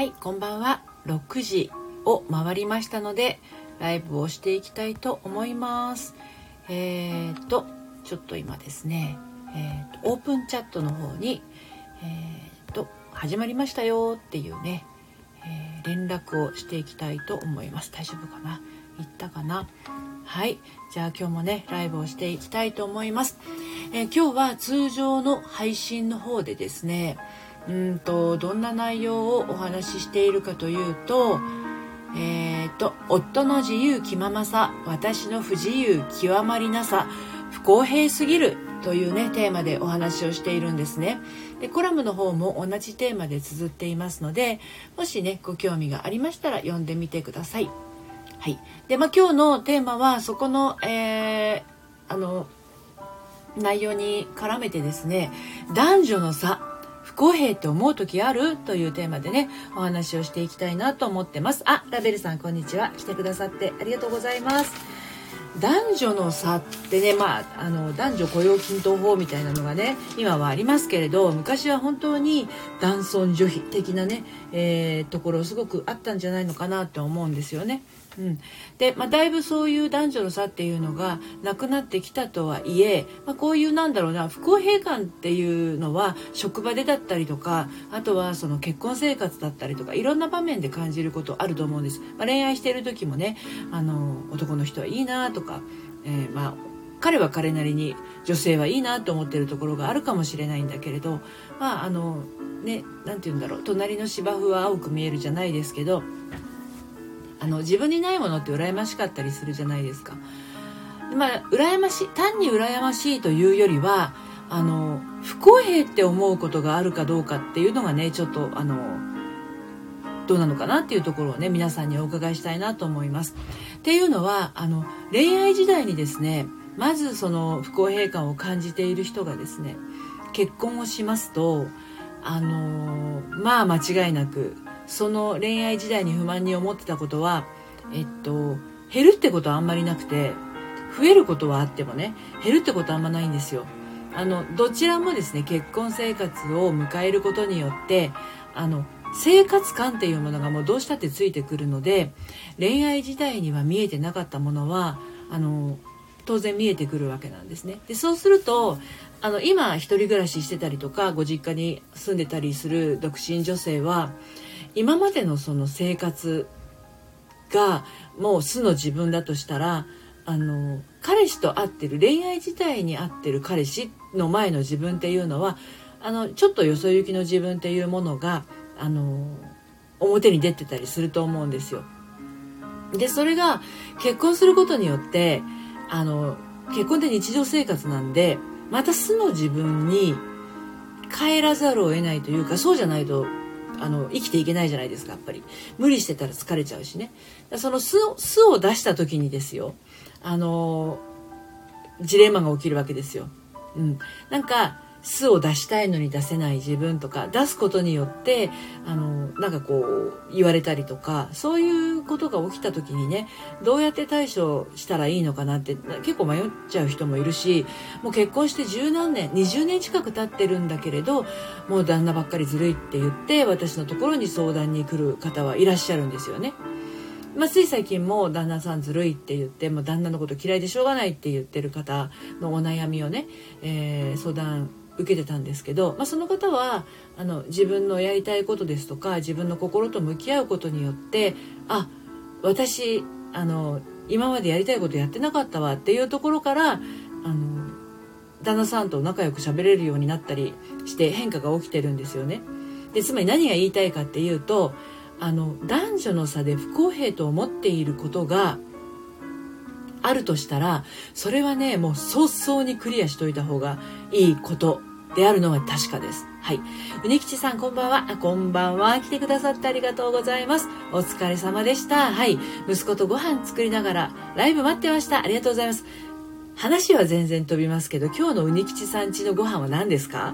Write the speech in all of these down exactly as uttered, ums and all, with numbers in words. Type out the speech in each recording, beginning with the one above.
はい、こんばんは。ろくじを回りましたのでライブをしていきたいと思います。えーとちょっと今ですね、えーとオープンチャットの方にえーと始まりましたよっていうね、えー、連絡をしていきたいと思います。大丈夫かな？いったかな？はい、じゃあ今日もねライブをしていきたいと思います。えー、今日は通常の配信の方でですね、うんとどんな内容をお話ししているかというと、えーと夫の自由気ままさ、私の不自由極まりなさ、不公平すぎるというねテーマでお話をしているんですね。でコラムの方も同じテーマで綴っていますので、もしねご興味がありましたら読んでみてください。はい。で、まあ、今日のテーマはそこの、えー、あの内容に絡めてですね、男女の差、不公平って思う時あるというテーマでねお話をしていきたいなと思ってます。あ、ラベルさんこんにちは。来てくださってありがとうございます。男女の差ってね、まあ、あの男女雇用均等法みたいなのがね今はありますけれど、昔は本当に男尊女卑的なね、えー、ところすごくあったんじゃないのかなと思うんですよね。うん、で、まあ、だいぶそういう男女の差っていうのがなくなってきたとはいえ、まあ、こういうなんだろうな不公平感っていうのは職場でだったりとか、あとはその結婚生活だったりとかいろんな場面で感じることあると思うんです。まあ、恋愛している時もね、あの男の人はいいなとか、えー、まあ彼は彼なりに女性はいいなと思っているところがあるかもしれないんだけれど、まああのね、なんて言うんだろう、隣の芝生は青く見えるじゃないですけど、あの自分にないものって羨ましかったりするじゃないですか。まあ羨ましい、単に羨ましいというよりは、あの不公平って思うことがあるかどうかっていうのがねちょっとあのどうなのかなっていうところをね皆さんにお伺いしたいなと思います。っていうのは、あの恋愛時代にですね、まずその不公平感を感じている人がですね結婚をしますと、あのまあ間違いなくその恋愛時代に不満に思ってたことは、えっと減るってことはあんまりなくて、増えることはあってもね減るってことはあんまないんですよ。あのどちらもですね結婚生活を迎えることによってあの生活感っていうものがもうどうしたってついてくるので、恋愛時代には見えてなかったものはあの当然見えてくるわけなんですね。でそうするとあの今一人暮らししてたりとかご実家に住んでたりする独身女性は、今までのその生活がもう素の自分だとしたら、あの彼氏と会ってる恋愛自体に会ってる彼氏の前の自分っていうのはあのちょっとよそ行きの自分っていうものがあの表に出てたりすると思うんですよ。でそれが結婚することによってあの結婚って日常生活なんで、また素の自分に帰らざるを得ないというか、そうじゃないとあの生きていけないじゃないですか。やっぱり無理してたら疲れちゃうしね。その素を、素を出した時にですよ、あのジレンマが起きるわけですよ。うん、なんか素を出したいのに出せない自分とか、出すことによってあのなんかこう言われたりとか、そういうことが起きた時にねどうやって対処したらいいのかなって結構迷っちゃう人もいるし、もう結婚して十何年にじゅうねん近く経ってるんだけれど、もう旦那ばっかりずるいって言って私のところに相談に来る方はいらっしゃるんですよね。まあ、つい最近も旦那さんずるいって言って、もう旦那のこと嫌いでしょうがないって言ってる方のお悩みをね、えー、相談受けてたんですけど、まあ、その方はあの自分のやりたいことですとか自分の心と向き合うことによって、あ、私あの今までやりたいことやってなかったわっていうところからあの旦那さんと仲良く喋れるようになったりして変化が起きてるんですよね。でつまり何が言いたいかっていうと、あの男女の差で不公平と思っていることがあるとしたら、それはねもう早々にクリアしといた方がいいことであるのは確かです。はい、うにきちさんこんばんは。あ、こんばんは。来てくださってありがとうございます。お疲れ様でした。はい、息子とご飯作りながらライブ待ってました。ありがとうございます。話は全然飛びますけど、今日のうにきちさん家のご飯は何ですか？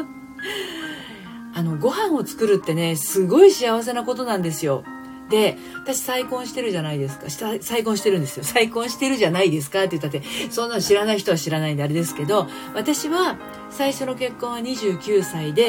あのご飯を作るってねすごい幸せなことなんですよ。で私再婚してるじゃないですか。再婚してるんですよ。再婚してるじゃないですかって言ったってそんなの知らない人は知らないんであれですけど、私は最初の結婚はにじゅうきゅうさいで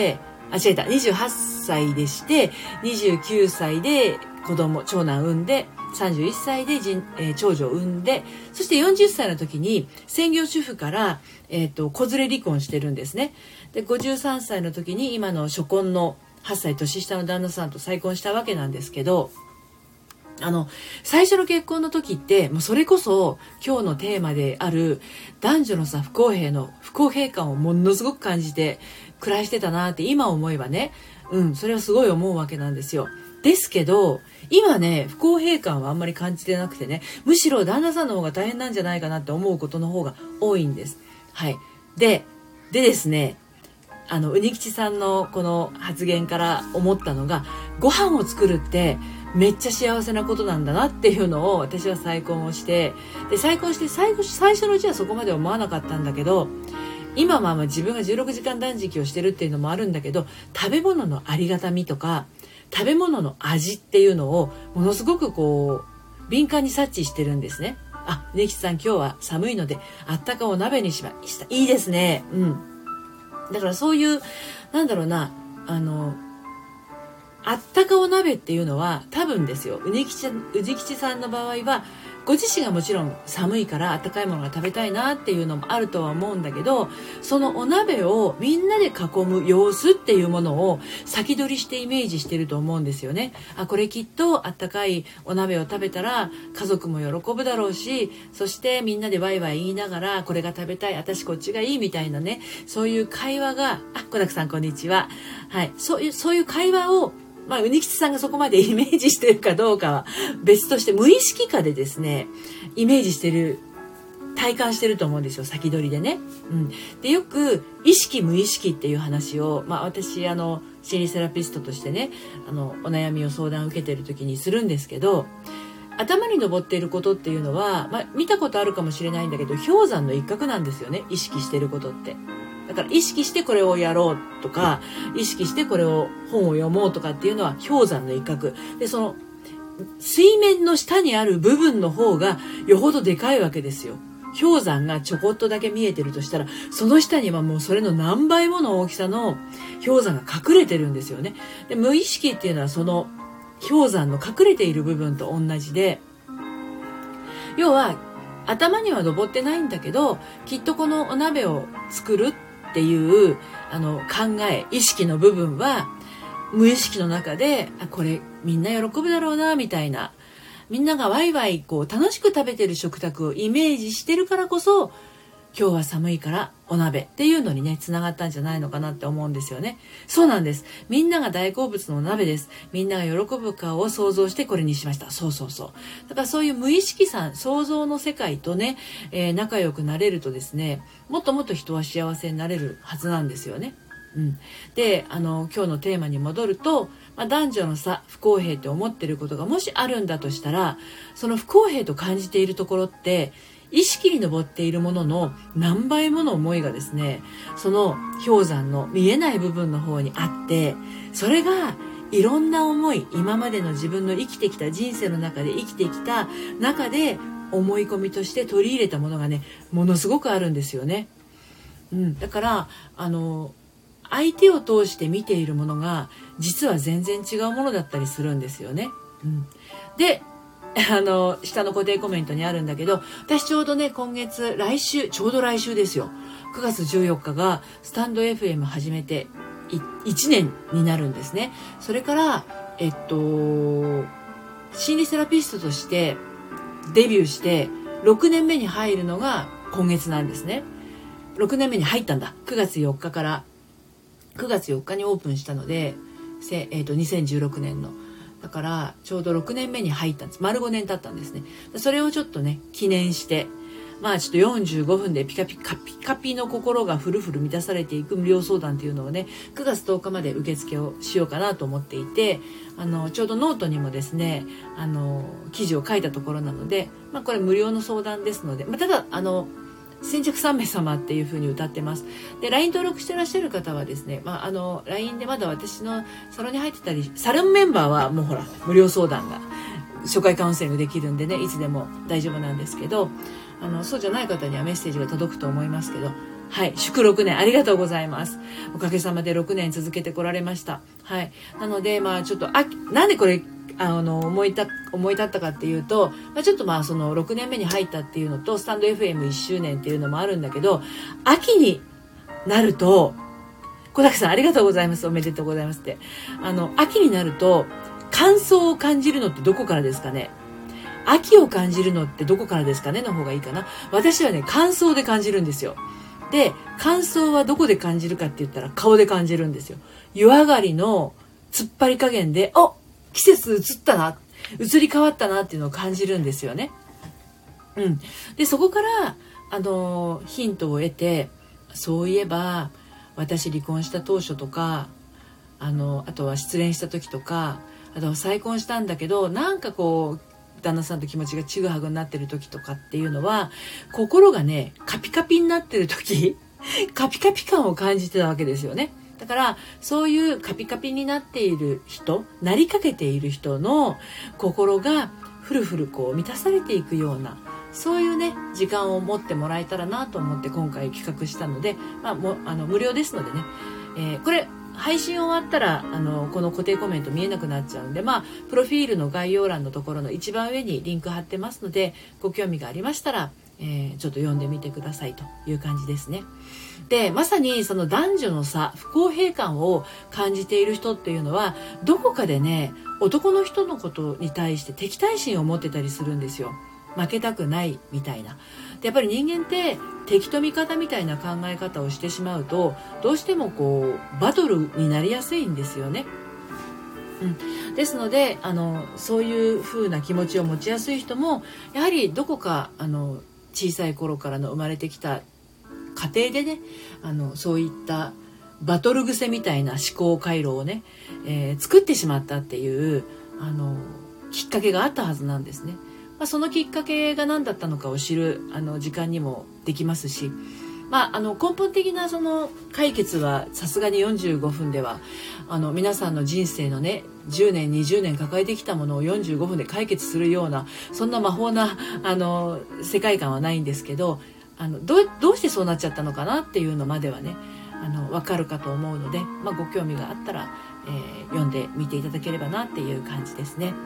あ、違えた、にじゅうはっさいでして、にじゅうきゅうさいで子供、長男産んで、さんじゅういっさいでじん、えー、長女を産んで、そしてよんじゅっさいの時に専業主婦から、えっと、子連れ離婚してるんですね。で、ごじゅうさんさいの時に今の初婚のはっさい年下の旦那さんと再婚したわけなんですけど、あの、最初の結婚の時って、もうそれこそ今日のテーマである男女のさ、不公平の不公平感をものすごく感じて暮らしてたなって今思えばね、うん、それはすごい思うわけなんですよ。ですけど、今ね、不公平感はあんまり感じてなくてね、むしろ旦那さんの方が大変なんじゃないかなって思うことの方が多いんです。はい。で、でですね、あの、うにきちさんのこの発言から思ったのが、ご飯を作るってめっちゃ幸せなことなんだなっていうのを私は再婚をして、で、再婚して最後、最初のうちはそこまで思わなかったんだけど、今はまあ自分がじゅうろくじかん断食をしてるっていうのもあるんだけど、食べ物のありがたみとか、食べ物の味っていうのをものすごくこう、敏感に察知してるんですね。あ、ねきさん今日は寒いので、あったかお鍋にしました。いいですね。うん。だからそういう、なんだろうな、あの、あったかお鍋っていうのは多分ですよ、うにきち、うじきちさんの場合はご自身がもちろん寒いからあったかいものが食べたいなっていうのもあるとは思うんだけど、そのお鍋をみんなで囲む様子っていうものを先取りしてイメージしてると思うんですよね。あ、これきっとあったかいお鍋を食べたら家族も喜ぶだろうし、そしてみんなでワイワイ言いながら、これが食べたい、私こっちがいいみたいなね、そういう会話が、あ、小沢さんこんにちは。はい、そういう、そういう会話をまあ、うにきちさんがそこまでイメージしてるかどうかは別として、無意識化でですね、イメージしてる、体感してると思うんですよ、先取りでね。うん。で、よく、意識無意識っていう話を、まあ、私、あの、心理セラピストとしてね、あの、お悩みを相談を受けてる時にするんですけど、頭に上っていることっていうのは、まあ、見たことあるかもしれないんだけど、氷山の一角なんですよね、意識してることって。だから意識してこれをやろうとか、意識してこれを本を読もうとかっていうのは氷山の一角で、その水面の下にある部分の方がよほどでかいわけですよ。氷山がちょこっとだけ見えてるとしたら、その下にはもうそれの何倍もの大きさの氷山が隠れてるんですよね。で、無意識っていうのはその氷山の隠れている部分と同じで、要は頭には上ってないんだけど、きっとこのお鍋を作るっていうあの考え、意識の部分は無意識の中で、あ、これみんな喜ぶだろうなみたいな、みんながワイワイこう楽しく食べてる食卓をイメージしてるからこそ、今日は寒いからお鍋っていうのにね、つながったんじゃないのかなって思うんですよね。そうなんです。みんなが大好物のお鍋です。みんなが喜ぶ顔を想像してこれにしました。そうそうそう。だからそういう無意識さ、想像の世界とね、えー、仲良くなれるとですね、もっともっと人は幸せになれるはずなんですよね。うん、で、あの今日のテーマに戻ると、まあ、男女の差、不公平って思ってることがもしあるんだとしたら、その不公平と感じているところって意識に上っているものの何倍もの思いがですね、その氷山の見えない部分の方にあって、それがいろんな思い、今までの自分の生きてきた人生の中で生きてきた中で思い込みとして取り入れたものがね、ものすごくあるんですよね。うん、だからあの相手を通して見ているものが実は全然違うものだったりするんですよね。うん、で、あの下の固定コメントにあるんだけど、私ちょうどね、今月、来週、ちょうど来週ですよ、くがつじゅうよっかがスタンド エフエム 始めていちねんになるんですね。それからえっと心理セラピストとしてデビューしてろくねんめに入るのが今月なんですね。ろくねんめに入ったんだ。くがつよっかからくがつよっかにオープンしたので、えー、とにせんじゅうろくねんのだからちょうどろくねんめに入ったんです。丸ごねん経ったんですね。それをちょっとね記念して、まあちょっとよんじゅうごふんでピカピカピカピの心がフルフル満たされていく無料相談っていうのをね、くがつとおかまで受付をしようかなと思っていて、あのちょうどノートにもですね、あの記事を書いたところなので、まあこれ無料の相談ですので、まあ、ただあの先着さんめい様っていう風に歌ってます。で ライン 登録してらっしゃる方はですね、まあ、あの ライン でまだ私のサロンに入ってたり、サロンメンバーはもうほら無料相談が初回カウンセリングできるんでね、いつでも大丈夫なんですけど、あのそうじゃない方にはメッセージが届くと思いますけど、 はい、祝ろくねんありがとうございます。おかげさまでろくねん続けてこられました。はい。なので、まあちょっと、あ、なんでこれ、あの、思いた、思い立ったかっていうと、まあ、ちょっとまあそのろくねんめに入ったっていうのと、スタンド エフエムいっしゅうねんっていうのもあるんだけど、秋になると、小竹さんありがとうございます。おめでとうございますって。あの、秋になると、乾燥を感じるのってどこからですかね。秋を感じるのってどこからですかねの方がいいかな。私はね、乾燥で感じるんですよ。で、乾燥はどこで感じるかって言ったら顔で感じるんですよ。湯上がりの突っ張り加減で、あ、季節移ったな、移り変わったなっていうのを感じるんですよね。うん。で、そこから、あの、ヒントを得て、そういえば、私離婚した当初とか、あの、あとは失恋した時とか、あとは再婚したんだけど、なんかこう、旦那さんと気持ちがちぐはぐになってる時とかっていうのは、心がね、カピカピになってる時、カピカピ感を感じてたわけですよね。だからそういうカピカピになっている人、なりかけている人の心がふるふるこう満たされていくような、そういうね時間を持ってもらえたらなと思って今回企画したので、まあ、もあの無料ですのでね、えー、これ配信終わったらあのこの固定コメント見えなくなっちゃうんで、まあプロフィールの概要欄のところの一番上にリンク貼ってますので、ご興味がありましたら、えー、ちょっと読んでみてくださいという感じですね。で、まさにその男女の差、不公平感を感じている人っていうのはどこかでね、男の人のことに対して敵対心を持ってたりするんですよ。負けたくないみたいな。で、やっぱり人間って敵と味方みたいな考え方をしてしまうと、どうしてもこうバトルになりやすいんですよね。うん、ですのであのそういう風な気持ちを持ちやすい人もやはりどこかあの小さい頃からの生まれてきた家庭でね、あのそういったバトル癖みたいな思考回路をね、えー、作ってしまったっていうあのきっかけがあったはずなんですね。まあ、そのきっかけが何だったのかを知るあの時間にもできますし、まあ、あの根本的なその解決はさすがによんじゅうごふんではあの皆さんの人生のねじゅうねんにじゅうねん抱えてきたものをよんじゅうごふんで解決するようなそんな魔法なあの世界観はないんですけど、あの ど, どうしてそうなっちゃったのかなっていうのまではねあの分かるかと思うので、まあ、ご興味があったら、えー、読んでみていただければなっていう感じですね。はい、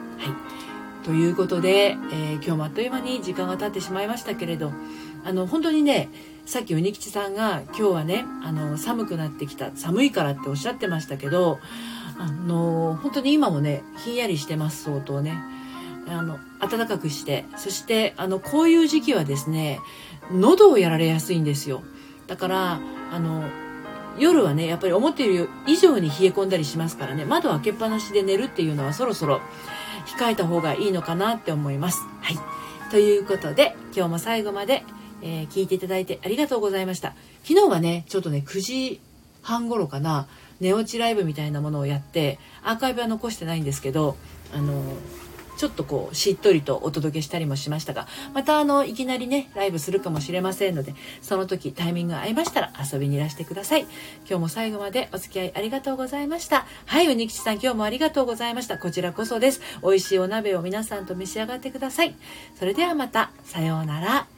ということで、えー、今日もあっという間に時間が経ってしまいましたけれど、あの本当にね、さっきうにきちさんが今日はねあの寒くなってきた、寒いからっておっしゃってましたけど、あの本当に今もねひんやりしてます。相当ねあの暖かくして、そしてあのこういう時期はですね喉をやられやすいんですよ。だからあの夜はねやっぱり思っている以上に冷え込んだりしますからね、窓を開けっぱなしで寝るっていうのはそろそろ控えた方がいいのかなって思います。はい、ということで今日も最後まで、えー、聞いていただいてありがとうございました。昨日はねちょっとねくじはん頃かな、寝落ちライブみたいなものをやってアーカイブは残してないんですけど、あのちょっとこうしっとりとお届けしたりもしましたが、またあのいきなりねライブするかもしれませんので、その時タイミングが合いましたら遊びにいらしてください。今日も最後までお付き合いありがとうございました。はい、うにきちさん今日もありがとうございました。こちらこそです。美味しいお鍋を皆さんと召し上がってください。それではまた、さようなら。